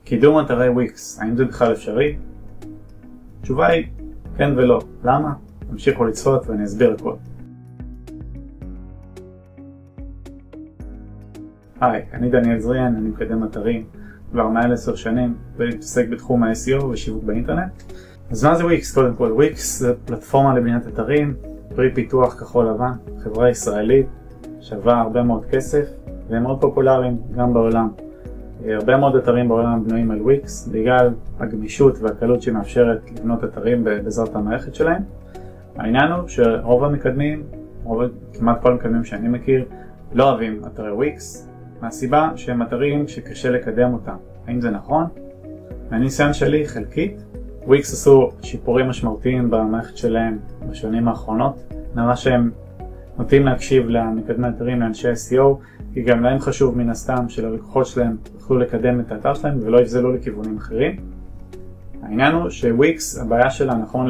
קידום אתרי וויקס, האם זה בכלל אפשרי? התשובה היא כן ולא. למה? תמשיכו לצפות ואני אסביר הכל. היי, אני דניאל זריאן, אני מקדם אתרים כבר מעל 10 שנים ומתעסק בתחום ה-SEO ושיווק באינטרנט. אז מה זה וויקס? קודם כל, וויקס זה פלטפורמה לבניית אתרים, פרי פיתוח כחול לבן, חברה ישראלית, שווה הרבה מאוד כסף והם מאוד פופולריים גם בעולם. הרבה מאוד אתרים בעולם בנויים על וויקס בגלל הגמישות והקלות שמאפשרת לבנות אתרים בעזרת המערכת שלהם. העניין הוא שרוב המקדמים, כמעט כל המקדמים שאני מכיר, לא אוהבים אתרי וויקס, מהסיבה שהם אתרים שקשה לקדם אותם. האם זה נכון? מהניסיון שלי חלקית, וויקס עשו שיפורים משמעותיים במערכת שלהם בשנים האחרונות. נראה שהם נוטים להקשיב למקדמי אתרים, לאנשי SEO, כי גם להם חשוב מן הסתם שללקוחות שלהם יוכלו לקדם את האתר שלהם ולא יפזלו לכיוונים אחרים. העניין הוא שוויקס, הבעיה שלה נכון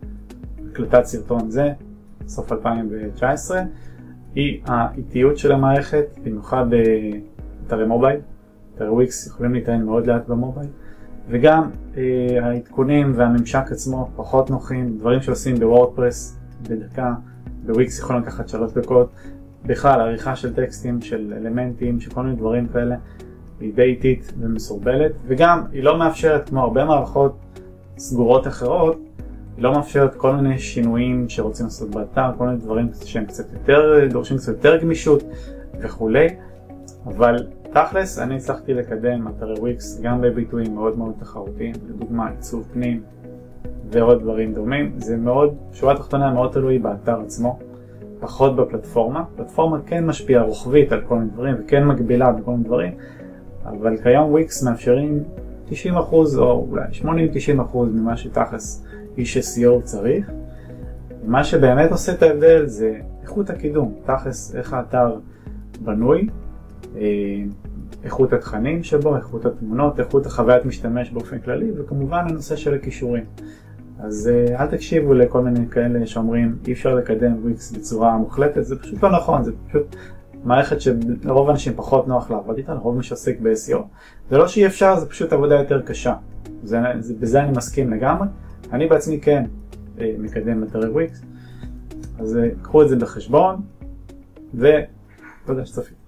להקלטת סרטון זה, סוף 2019, היא האיטיות של המערכת, במיוחד באתרי מובייל. אתרי וויקס יכולים להתעניין מאוד לאט במובייל, וגם העדכונים והממשק עצמו פחות נוחים, דברים שעושים בוורדפרס בדקה, בוויקס יכולים לקחת 3 דקות. בכלל, עריכה של טקסטים, של אלמנטים, של כל מיני דברים כאלה, היא די איטית ומסורבלת, וגם היא לא מאפשרת, כמו הרבה מערכות סגורות אחרות, היא לא מאפשרת כל מיני שינויים שרוצים לעשות באתר, כל מיני דברים שהם קצת יותר, דורשים קצת יותר גמישות וכולי. אבל תכלס, אני הצלחתי לקדם אתרי וויקס גם בביטויים מאוד מאוד תחרותיים, לדוגמה עיצוב פנים ועוד דברים דומים. זה מאוד, שורה תחתונה מאוד תלוי באתר עצמו, פחות בפלטפורמה. פלטפורמה כן משפיעה רוחבית על כל מיני דברים וכן מגבילה בכל מיני דברים, אבל כיום וויקס מאפשרים 90% או אולי 80-90% ממה שתכלס איש SEO צריך. מה שבאמת עושה את ההבדל זה איכות הקידום, תכלס איך האתר בנוי, איכות התכנים שבו, איכות התמונות, איכות החוויית משתמש באופן כללי, וכמובן הנושא של הכישורים. אז אל תקשיבו לכל מיני כאלה שאומרים אי אפשר לקדם וויקס בצורה מוחלטת, זה פשוט לא נכון, זה פשוט מערכת שלרוב האנשים פחות נוח לעבוד איתה, לרוב מי שעוסק ב-SEO. זה לא שאי אפשר, זה פשוט עבודה יותר קשה. בזה אני מסכים לגמרי. אני בעצמי כן מקדם אתרי וויקס, אז קחו את זה בחשבון, ותודה שצפית.